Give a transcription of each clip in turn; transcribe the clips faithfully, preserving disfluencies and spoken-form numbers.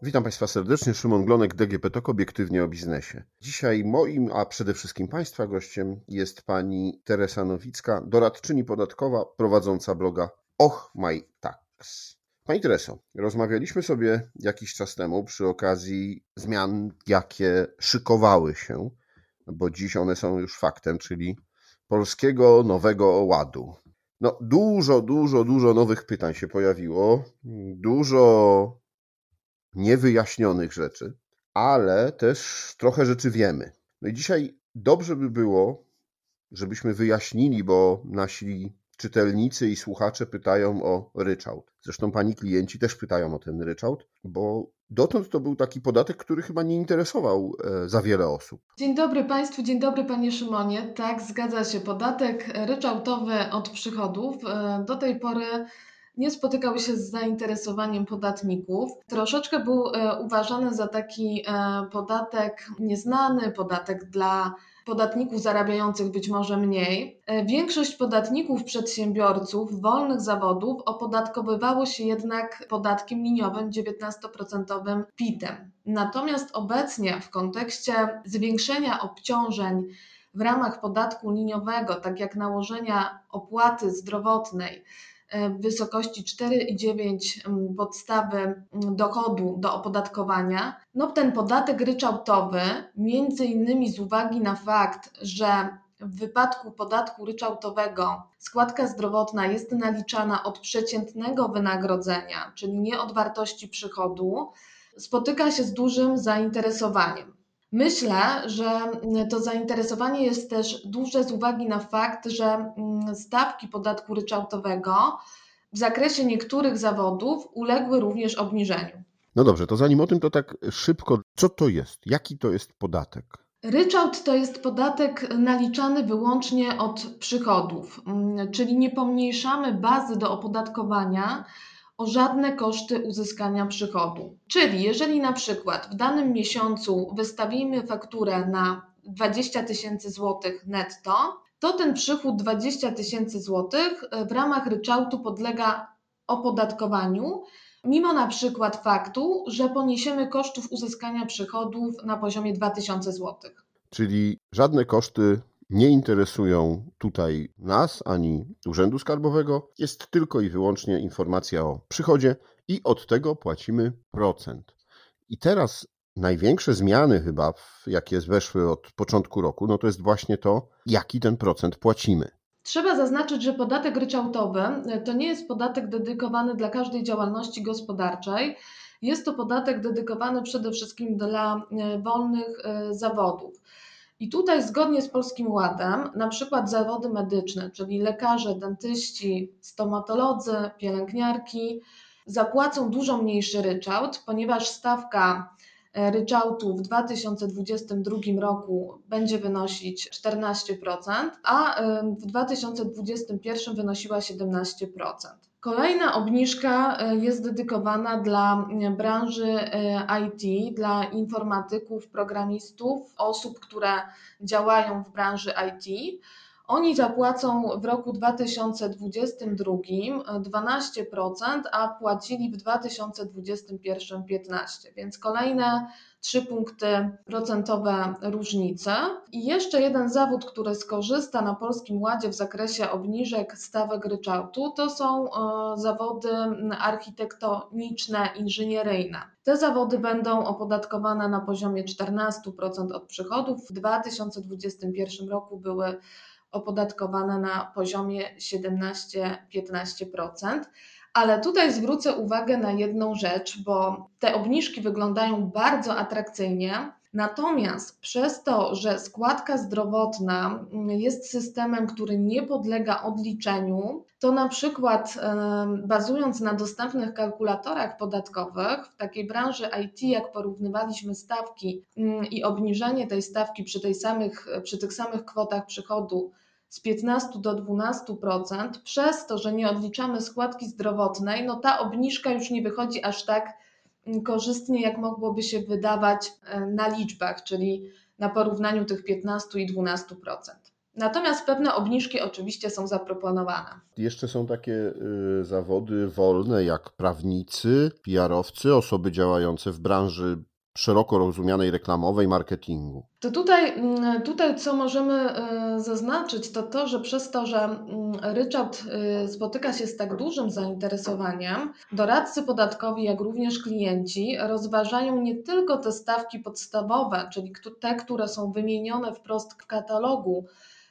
Witam Państwa serdecznie, Szymon Glonek, D G P Talk, obiektywnie o biznesie. Dzisiaj moim, a przede wszystkim Państwa gościem jest pani Teresa Nowicka, doradczyni podatkowa, prowadząca bloga Och My Tax. Pani Tereso, rozmawialiśmy sobie jakiś czas temu przy okazji zmian, jakie szykowały się, bo dziś one są już faktem, czyli Polskiego Nowego Ładu. No dużo, dużo, dużo nowych pytań się pojawiło, dużo niewyjaśnionych rzeczy, ale też trochę rzeczy wiemy. No i dzisiaj dobrze by było, żebyśmy wyjaśnili, bo nasi czytelnicy i słuchacze pytają o ryczałt. Zresztą pani klienci też pytają o ten ryczałt, bo dotąd to był taki podatek, który chyba nie interesował za wiele osób. Dzień dobry Państwu, dzień dobry Panie Szymonie. Tak, zgadza się. Podatek ryczałtowy od przychodów do tej pory nie spotykał się z zainteresowaniem podatników. Troszeczkę był uważany za taki podatek nieznany, podatek dla podatników zarabiających być może mniej. Większość podatników, przedsiębiorców, wolnych zawodów opodatkowywało się jednak podatkiem liniowym dziewiętnastoprocentowym P I T-em. Natomiast obecnie w kontekście zwiększenia obciążeń w ramach podatku liniowego, tak jak nałożenia opłaty zdrowotnej w wysokości cztery przecinek dziewięć podstawy dochodu do opodatkowania, no ten podatek ryczałtowy, między innymi z uwagi na fakt, że w wypadku podatku ryczałtowego składka zdrowotna jest naliczana od przeciętnego wynagrodzenia, czyli nie od wartości przychodu, spotyka się z dużym zainteresowaniem. Myślę, że to zainteresowanie jest też duże z uwagi na fakt, że stawki podatku ryczałtowego w zakresie niektórych zawodów uległy również obniżeniu. No dobrze, to zanim o tym, to tak szybko, co to jest? Jaki to jest podatek? Ryczałt to jest podatek naliczany wyłącznie od przychodów, czyli nie pomniejszamy bazy do opodatkowania o żadne koszty uzyskania przychodu. Czyli jeżeli na przykład w danym miesiącu wystawimy fakturę na dwadzieścia tysięcy złotych netto, to ten przychód dwadzieścia tysięcy złotych w ramach ryczałtu podlega opodatkowaniu, mimo na przykład faktu, że poniesiemy kosztów uzyskania przychodów na poziomie dwa tysiące złotych. Czyli żadne koszty nie interesują tutaj nas ani Urzędu Skarbowego. Jest tylko i wyłącznie informacja o przychodzie i od tego płacimy procent. I teraz największe zmiany chyba, jakie weszły od początku roku, no to jest właśnie to, jaki ten procent płacimy. Trzeba zaznaczyć, że podatek ryczałtowy to nie jest podatek dedykowany dla każdej działalności gospodarczej. Jest to podatek dedykowany przede wszystkim dla wolnych zawodów. I tutaj zgodnie z Polskim Ładem, na przykład zawody medyczne, czyli lekarze, dentyści, stomatolodzy, pielęgniarki, zapłacą dużo mniejszy ryczałt, ponieważ stawka ryczałtu w dwa tysiące dwudziestym drugim roku będzie wynosić czternaście procent, a w dwa tysiące dwudziestym pierwszym wynosiła siedemnaście procent. Kolejna obniżka jest dedykowana dla branży I T, dla informatyków, programistów, osób, które działają w branży I T. Oni zapłacą w roku dwa tysiące dwudziestym drugim dwanaście procent, a płacili w dwa tysiące dwudziestym pierwszym piętnaście procent, więc kolejne trzy punkty procentowe różnice. I jeszcze jeden zawód, który skorzysta na Polskim Ładzie w zakresie obniżek stawek ryczałtu, to są zawody architektoniczne, inżynieryjne. Te zawody będą opodatkowane na poziomie czternaście procent od przychodów. W dwa tysiące dwudziestym pierwszym roku były opodatkowane na poziomie siedemnaście do piętnastu procent. Ale tutaj zwrócę uwagę na jedną rzecz, bo te obniżki wyglądają bardzo atrakcyjnie, natomiast przez to, że składka zdrowotna jest systemem, który nie podlega odliczeniu, to na przykład bazując na dostępnych kalkulatorach podatkowych w takiej branży I T, jak porównywaliśmy stawki i obniżenie tej stawki przy, tej samych, przy tych samych kwotach przychodu z piętnastu do dwunastu procent, przez to, że nie odliczamy składki zdrowotnej, no ta obniżka już nie wychodzi aż tak korzystnie, jak mogłoby się wydawać na liczbach, czyli na porównaniu tych piętnastu i dwunastu procent. Natomiast pewne obniżki oczywiście są zaproponowane. Jeszcze są takie y, zawody wolne jak prawnicy, P R-owcy, osoby działające w branży szeroko rozumianej reklamowej, marketingu. To tutaj, tutaj co możemy zaznaczyć, to to, że przez to, że ryczałt spotyka się z tak dużym zainteresowaniem, doradcy podatkowi, jak również klienci rozważają nie tylko te stawki podstawowe, czyli te, które są wymienione wprost w katalogu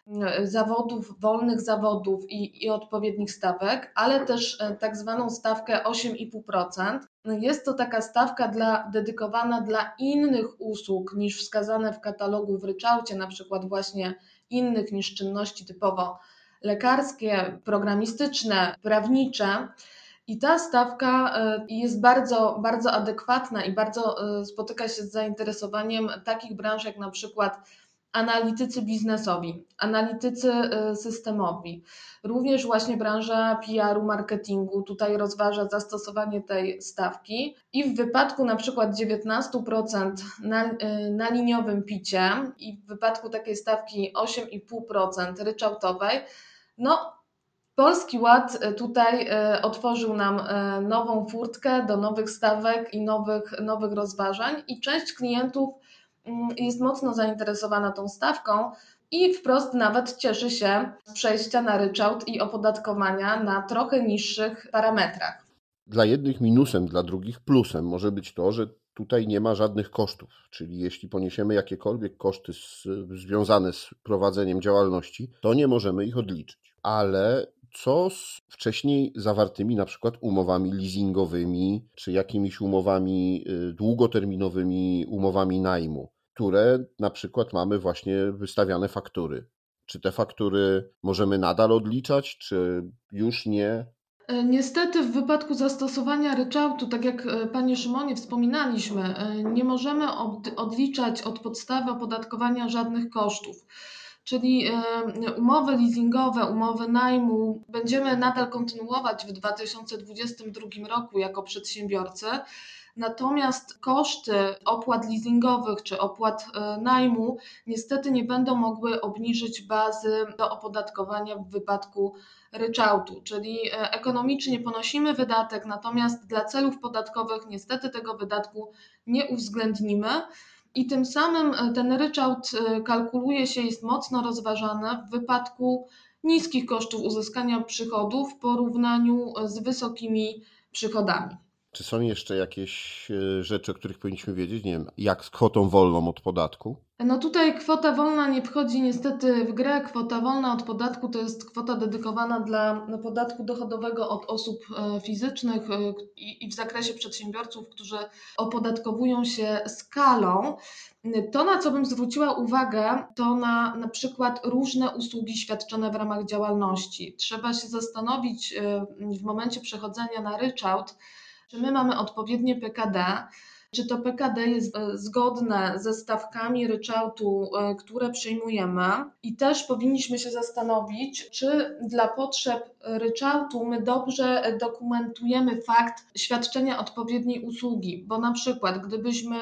zawodów, wolnych zawodów i, i odpowiednich stawek, ale też tak zwaną stawkę osiem i pół procent. Jest to taka stawka dla, dedykowana dla innych usług niż wskazane w katalogu w ryczałcie, na przykład właśnie innych niż czynności typowo lekarskie, programistyczne, prawnicze. I ta stawka jest bardzo, bardzo adekwatna i bardzo spotyka się z zainteresowaniem takich branż jak na przykład analitycy biznesowi, analitycy systemowi, również właśnie branża P R-u, marketingu tutaj rozważa zastosowanie tej stawki i w wypadku na przykład dziewiętnaście procent na, na liniowym picie i w wypadku takiej stawki osiem i pół procent ryczałtowej, no Polski Ład tutaj otworzył nam nową furtkę do nowych stawek i nowych, nowych rozważań i część klientów jest mocno zainteresowana tą stawką i wprost nawet cieszy się z przejścia na ryczałt i opodatkowania na trochę niższych parametrach. Dla jednych minusem, dla drugich plusem może być to, że tutaj nie ma żadnych kosztów, czyli jeśli poniesiemy jakiekolwiek koszty z, związane z prowadzeniem działalności, to nie możemy ich odliczyć. Ale co z wcześniej zawartymi na przykład umowami leasingowymi, czy jakimiś umowami długoterminowymi, umowami najmu, które na przykład mamy właśnie wystawiane faktury? Czy te faktury możemy nadal odliczać, czy już nie? Niestety w wypadku zastosowania ryczałtu, tak jak Panie Szymonie wspominaliśmy, nie możemy odliczać od podstawy opodatkowania żadnych kosztów. Czyli umowy leasingowe, umowy najmu będziemy nadal kontynuować w dwa tysiące dwudziestym drugim roku jako przedsiębiorcy. Natomiast koszty opłat leasingowych czy opłat najmu niestety nie będą mogły obniżyć bazy do opodatkowania w wypadku ryczałtu, czyli ekonomicznie ponosimy wydatek, natomiast dla celów podatkowych niestety tego wydatku nie uwzględnimy. I tym samym ten ryczałt kalkuluje się, jest mocno rozważany w wypadku niskich kosztów uzyskania przychodów w porównaniu z wysokimi przychodami. Czy są jeszcze jakieś rzeczy, o których powinniśmy wiedzieć? Nie wiem, jak z kwotą wolną od podatku? No tutaj kwota wolna nie wchodzi niestety w grę. Kwota wolna od podatku to jest kwota dedykowana dla podatku dochodowego od osób fizycznych i w zakresie przedsiębiorców, którzy opodatkowują się skalą. To, na co bym zwróciła uwagę, to na na przykład różne usługi świadczone w ramach działalności. Trzeba się zastanowić w momencie przechodzenia na ryczałt, czy my mamy odpowiednie P K D, czy to P K D jest zgodne ze stawkami ryczałtu, które przyjmujemy i też powinniśmy się zastanowić, czy dla potrzeb ryczałtu my dobrze dokumentujemy fakt świadczenia odpowiedniej usługi, bo na przykład gdybyśmy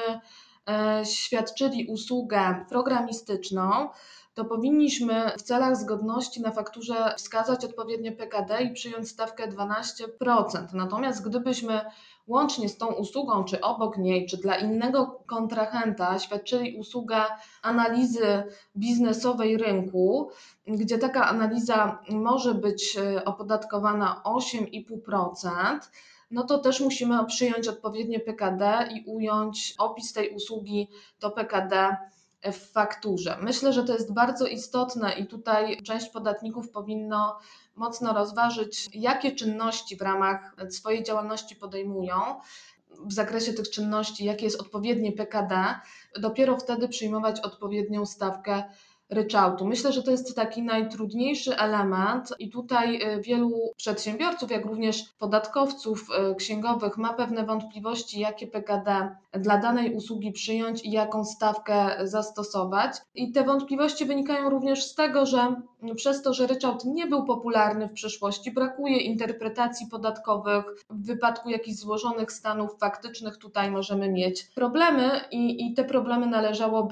świadczyli usługę programistyczną, to powinniśmy w celach zgodności na fakturze wskazać odpowiednie P K D i przyjąć stawkę dwanaście procent. Natomiast gdybyśmy łącznie z tą usługą, czy obok niej, czy dla innego kontrahenta świadczyli usługę analizy biznesowej rynku, gdzie taka analiza może być opodatkowana osiem i pół procent, no to też musimy przyjąć odpowiednie P K D i ująć opis tej usługi, to P K D w fakturze. Myślę, że to jest bardzo istotne i tutaj część podatników powinno mocno rozważyć, jakie czynności w ramach swojej działalności podejmują, w zakresie tych czynności, jakie jest odpowiednie P K D, dopiero wtedy przyjmować odpowiednią stawkę ryczałtu. Myślę, że to jest taki najtrudniejszy element i tutaj wielu przedsiębiorców, jak również podatkowców księgowych ma pewne wątpliwości, jakie P K D dla danej usługi przyjąć i jaką stawkę zastosować. I te wątpliwości wynikają również z tego, że przez to, że ryczałt nie był popularny w przeszłości, brakuje interpretacji podatkowych. W wypadku jakichś złożonych stanów faktycznych tutaj możemy mieć problemy i, i te problemy należałoby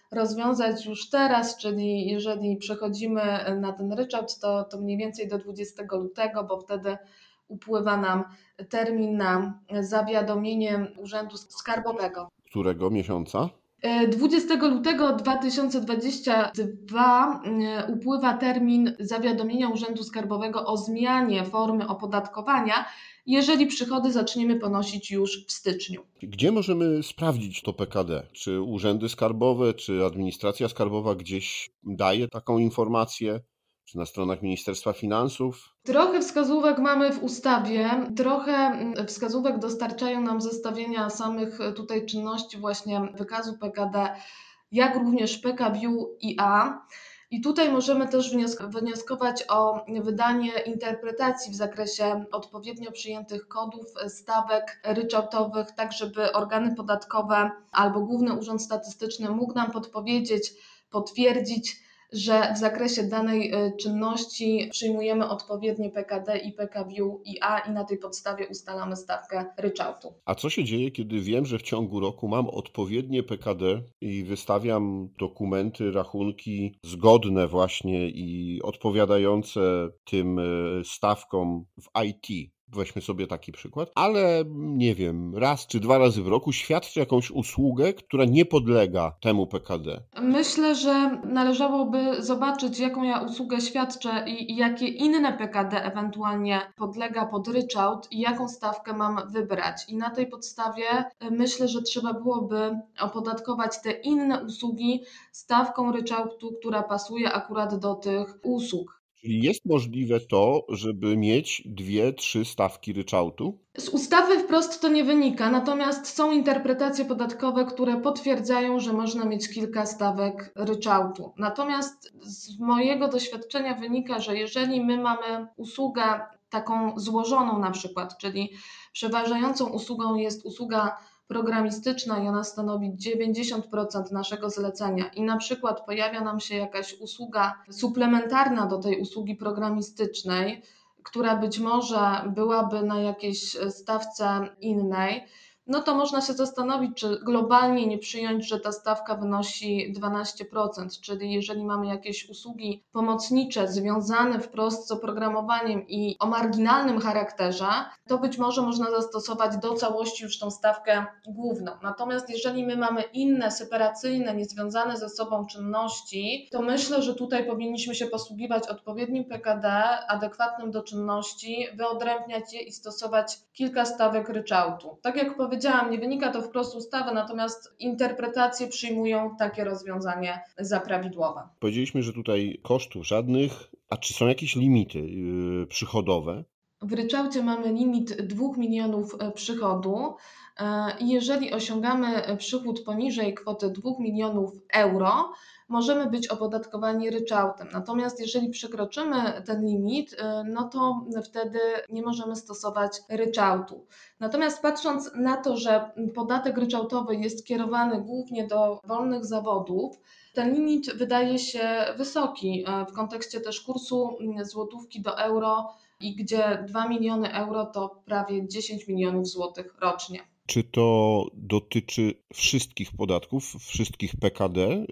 rozwiązać już teraz, czyli jeżeli przechodzimy na ten ryczałt, to, to mniej więcej do dwudziestego lutego, bo wtedy upływa nam termin na zawiadomienie Urzędu Skarbowego. Którego miesiąca? dwudziestego lutego dwa tysiące dwudziestego drugiego upływa termin zawiadomienia Urzędu Skarbowego o zmianie formy opodatkowania, jeżeli przychody zaczniemy ponosić już w styczniu. Gdzie możemy sprawdzić to P K D? Czy urzędy skarbowe, czy administracja skarbowa gdzieś daje taką informację? Czy na stronach Ministerstwa Finansów? Trochę wskazówek mamy w ustawie, trochę wskazówek dostarczają nam zestawienia samych tutaj czynności, właśnie wykazu P K D, jak również P K V I A. I tutaj możemy też wnioskować o wydanie interpretacji w zakresie odpowiednio przyjętych kodów, stawek ryczałtowych, tak żeby organy podatkowe albo Główny Urząd Statystyczny mógł nam podpowiedzieć, potwierdzić, że w zakresie danej czynności przyjmujemy odpowiednie P K D i P K V I A i na tej podstawie ustalamy stawkę ryczałtu. A co się dzieje, kiedy wiem, że w ciągu roku mam odpowiednie P K D i wystawiam dokumenty, rachunki zgodne właśnie i odpowiadające tym stawkom w I T? Weźmy sobie taki przykład, ale nie wiem, raz czy dwa razy w roku świadczę jakąś usługę, która nie podlega temu P K D. Myślę, że należałoby zobaczyć, jaką ja usługę świadczę i, i jakie inne P K D ewentualnie podlega pod ryczałt i jaką stawkę mam wybrać. I na tej podstawie myślę, że trzeba byłoby opodatkować te inne usługi stawką ryczałtu, która pasuje akurat do tych usług. Czyli jest możliwe to, żeby mieć dwie, trzy stawki ryczałtu? Z ustawy wprost to nie wynika, natomiast są interpretacje podatkowe, które potwierdzają, że można mieć kilka stawek ryczałtu. Natomiast z mojego doświadczenia wynika, że jeżeli my mamy usługę taką złożoną na przykład, czyli przeważającą usługą jest usługa programistyczna i ona stanowi dziewięćdziesiąt procent naszego zlecenia i na przykład pojawia nam się jakaś usługa suplementarna do tej usługi programistycznej, która być może byłaby na jakiejś stawce innej, no to można się zastanowić, czy globalnie nie przyjąć, że ta stawka wynosi dwanaście procent, czyli jeżeli mamy jakieś usługi pomocnicze związane wprost z oprogramowaniem i o marginalnym charakterze, to być może można zastosować do całości już tą stawkę główną. Natomiast jeżeli my mamy inne, separacyjne, niezwiązane ze sobą czynności, to myślę, że tutaj powinniśmy się posługiwać odpowiednim P K D, adekwatnym do czynności, wyodrębniać je i stosować kilka stawek ryczałtu. Tak jak powiedziałam, Powiedziałam, nie wynika to wprost z ustawy, natomiast interpretacje przyjmują takie rozwiązanie za prawidłowe. Powiedzieliśmy, że tutaj kosztów żadnych, a czy są jakieś limity yy, przychodowe? W ryczałcie mamy limit dwóch milionów przychodu i jeżeli osiągamy przychód poniżej kwoty dwóch milionów euro, możemy być opodatkowani ryczałtem. Natomiast jeżeli przekroczymy ten limit, no to wtedy nie możemy stosować ryczałtu. Natomiast patrząc na to, że podatek ryczałtowy jest kierowany głównie do wolnych zawodów, ten limit wydaje się wysoki w kontekście też kursu złotówki do euro i gdzie dwa miliony euro to prawie dziesięć milionów złotych rocznie. Czy to dotyczy wszystkich podatków, wszystkich P K D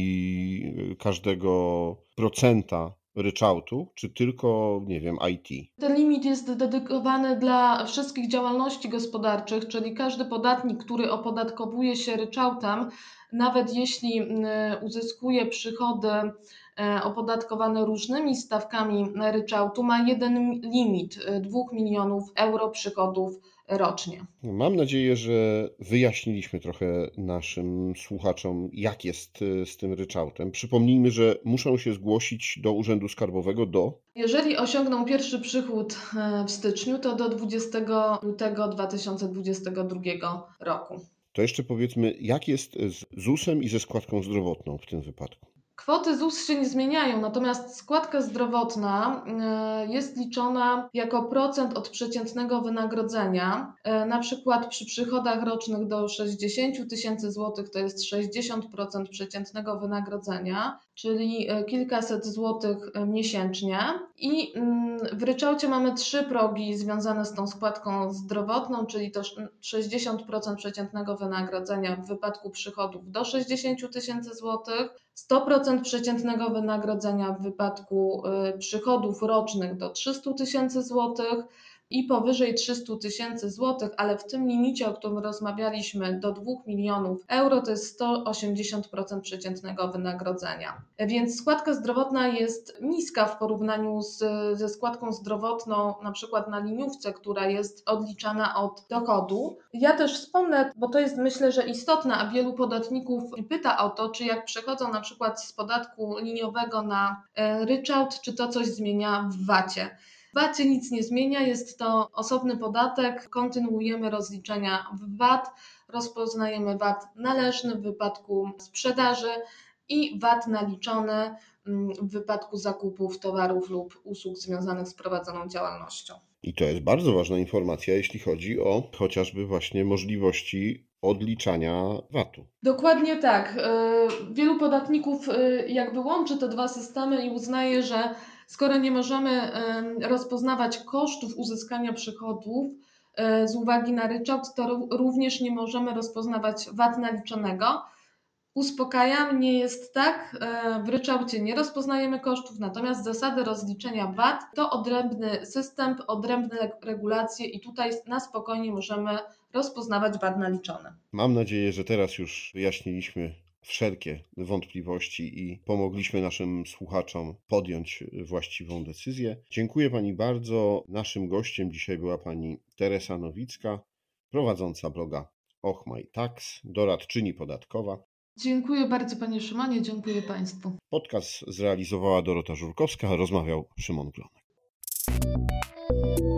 i każdego procenta ryczałtu, czy tylko, nie wiem, I T? Ten limit jest dedykowany dla wszystkich działalności gospodarczych, czyli każdy podatnik, który opodatkowuje się ryczałtem, nawet jeśli uzyskuje przychody opodatkowane różnymi stawkami ryczałtu, ma jeden limit dwóch milionów euro przychodów rocznie. Mam nadzieję, że wyjaśniliśmy trochę naszym słuchaczom, jak jest z tym ryczałtem. Przypomnijmy, że muszą się zgłosić do Urzędu Skarbowego do... Jeżeli osiągną pierwszy przychód w styczniu, to do dwudziestego lutego dwa tysiące dwudziestego drugiego roku. To jeszcze powiedzmy, jak jest z Z U S-em i ze składką zdrowotną w tym wypadku? Kwoty Z U S się nie zmieniają, natomiast składka zdrowotna y, jest liczona jako procent od przeciętnego wynagrodzenia. Y, Na przykład przy przychodach rocznych do sześćdziesiąt tysięcy złotych to jest sześćdziesiąt procent przeciętnego wynagrodzenia, czyli y, kilkaset złotych y, miesięcznie. I mm, w ryczałcie mamy trzy progi związane z tą składką zdrowotną, czyli to sześćdziesiąt procent przeciętnego wynagrodzenia w wypadku przychodów do sześćdziesiąt tysięcy złotych, sto procent przeciętnego wynagrodzenia w wypadku y, przychodów rocznych do trzysta tysięcy złotych i powyżej trzysta tysięcy złotych, ale w tym limicie, o którym rozmawialiśmy, do dwóch milionów euro, to jest sto osiemdziesiąt procent przeciętnego wynagrodzenia. Więc składka zdrowotna jest niska w porównaniu z, ze składką zdrowotną na przykład na liniówce, która jest odliczana od dochodu. Ja też wspomnę, bo to jest myślę, że istotne, a wielu podatników pyta o to, czy jak przechodzą na przykład z podatku liniowego na ryczałt, czy to coś zmienia w vacie. W vacie nic nie zmienia, jest to osobny podatek, kontynuujemy rozliczenia w V A T, rozpoznajemy V A T należny w wypadku sprzedaży i V A T naliczony w wypadku zakupów towarów lub usług związanych z prowadzoną działalnością. I to jest bardzo ważna informacja, jeśli chodzi o chociażby właśnie możliwości odliczania V A T-u. Dokładnie tak. Wielu podatników jakby łączy te dwa systemy i uznaje, że skoro nie możemy rozpoznawać kosztów uzyskania przychodów z uwagi na ryczałt, to również nie możemy rozpoznawać V A T naliczonego. Uspokajam, nie jest tak. W ryczałcie nie rozpoznajemy kosztów, natomiast zasady rozliczenia V A T to odrębny system, odrębne regulacje i tutaj na spokojnie możemy rozpoznawać V A T naliczony. Mam nadzieję, że teraz już wyjaśniliśmy wszelkie wątpliwości i pomogliśmy naszym słuchaczom podjąć właściwą decyzję. Dziękuję Pani bardzo. Naszym gościem dzisiaj była Pani Teresa Nowicka, prowadząca bloga Och My Tax, doradczyni podatkowa. Dziękuję bardzo Panie Szymonie, dziękuję Państwu. Podcast zrealizowała Dorota Żurkowska, rozmawiał Szymon Glonek.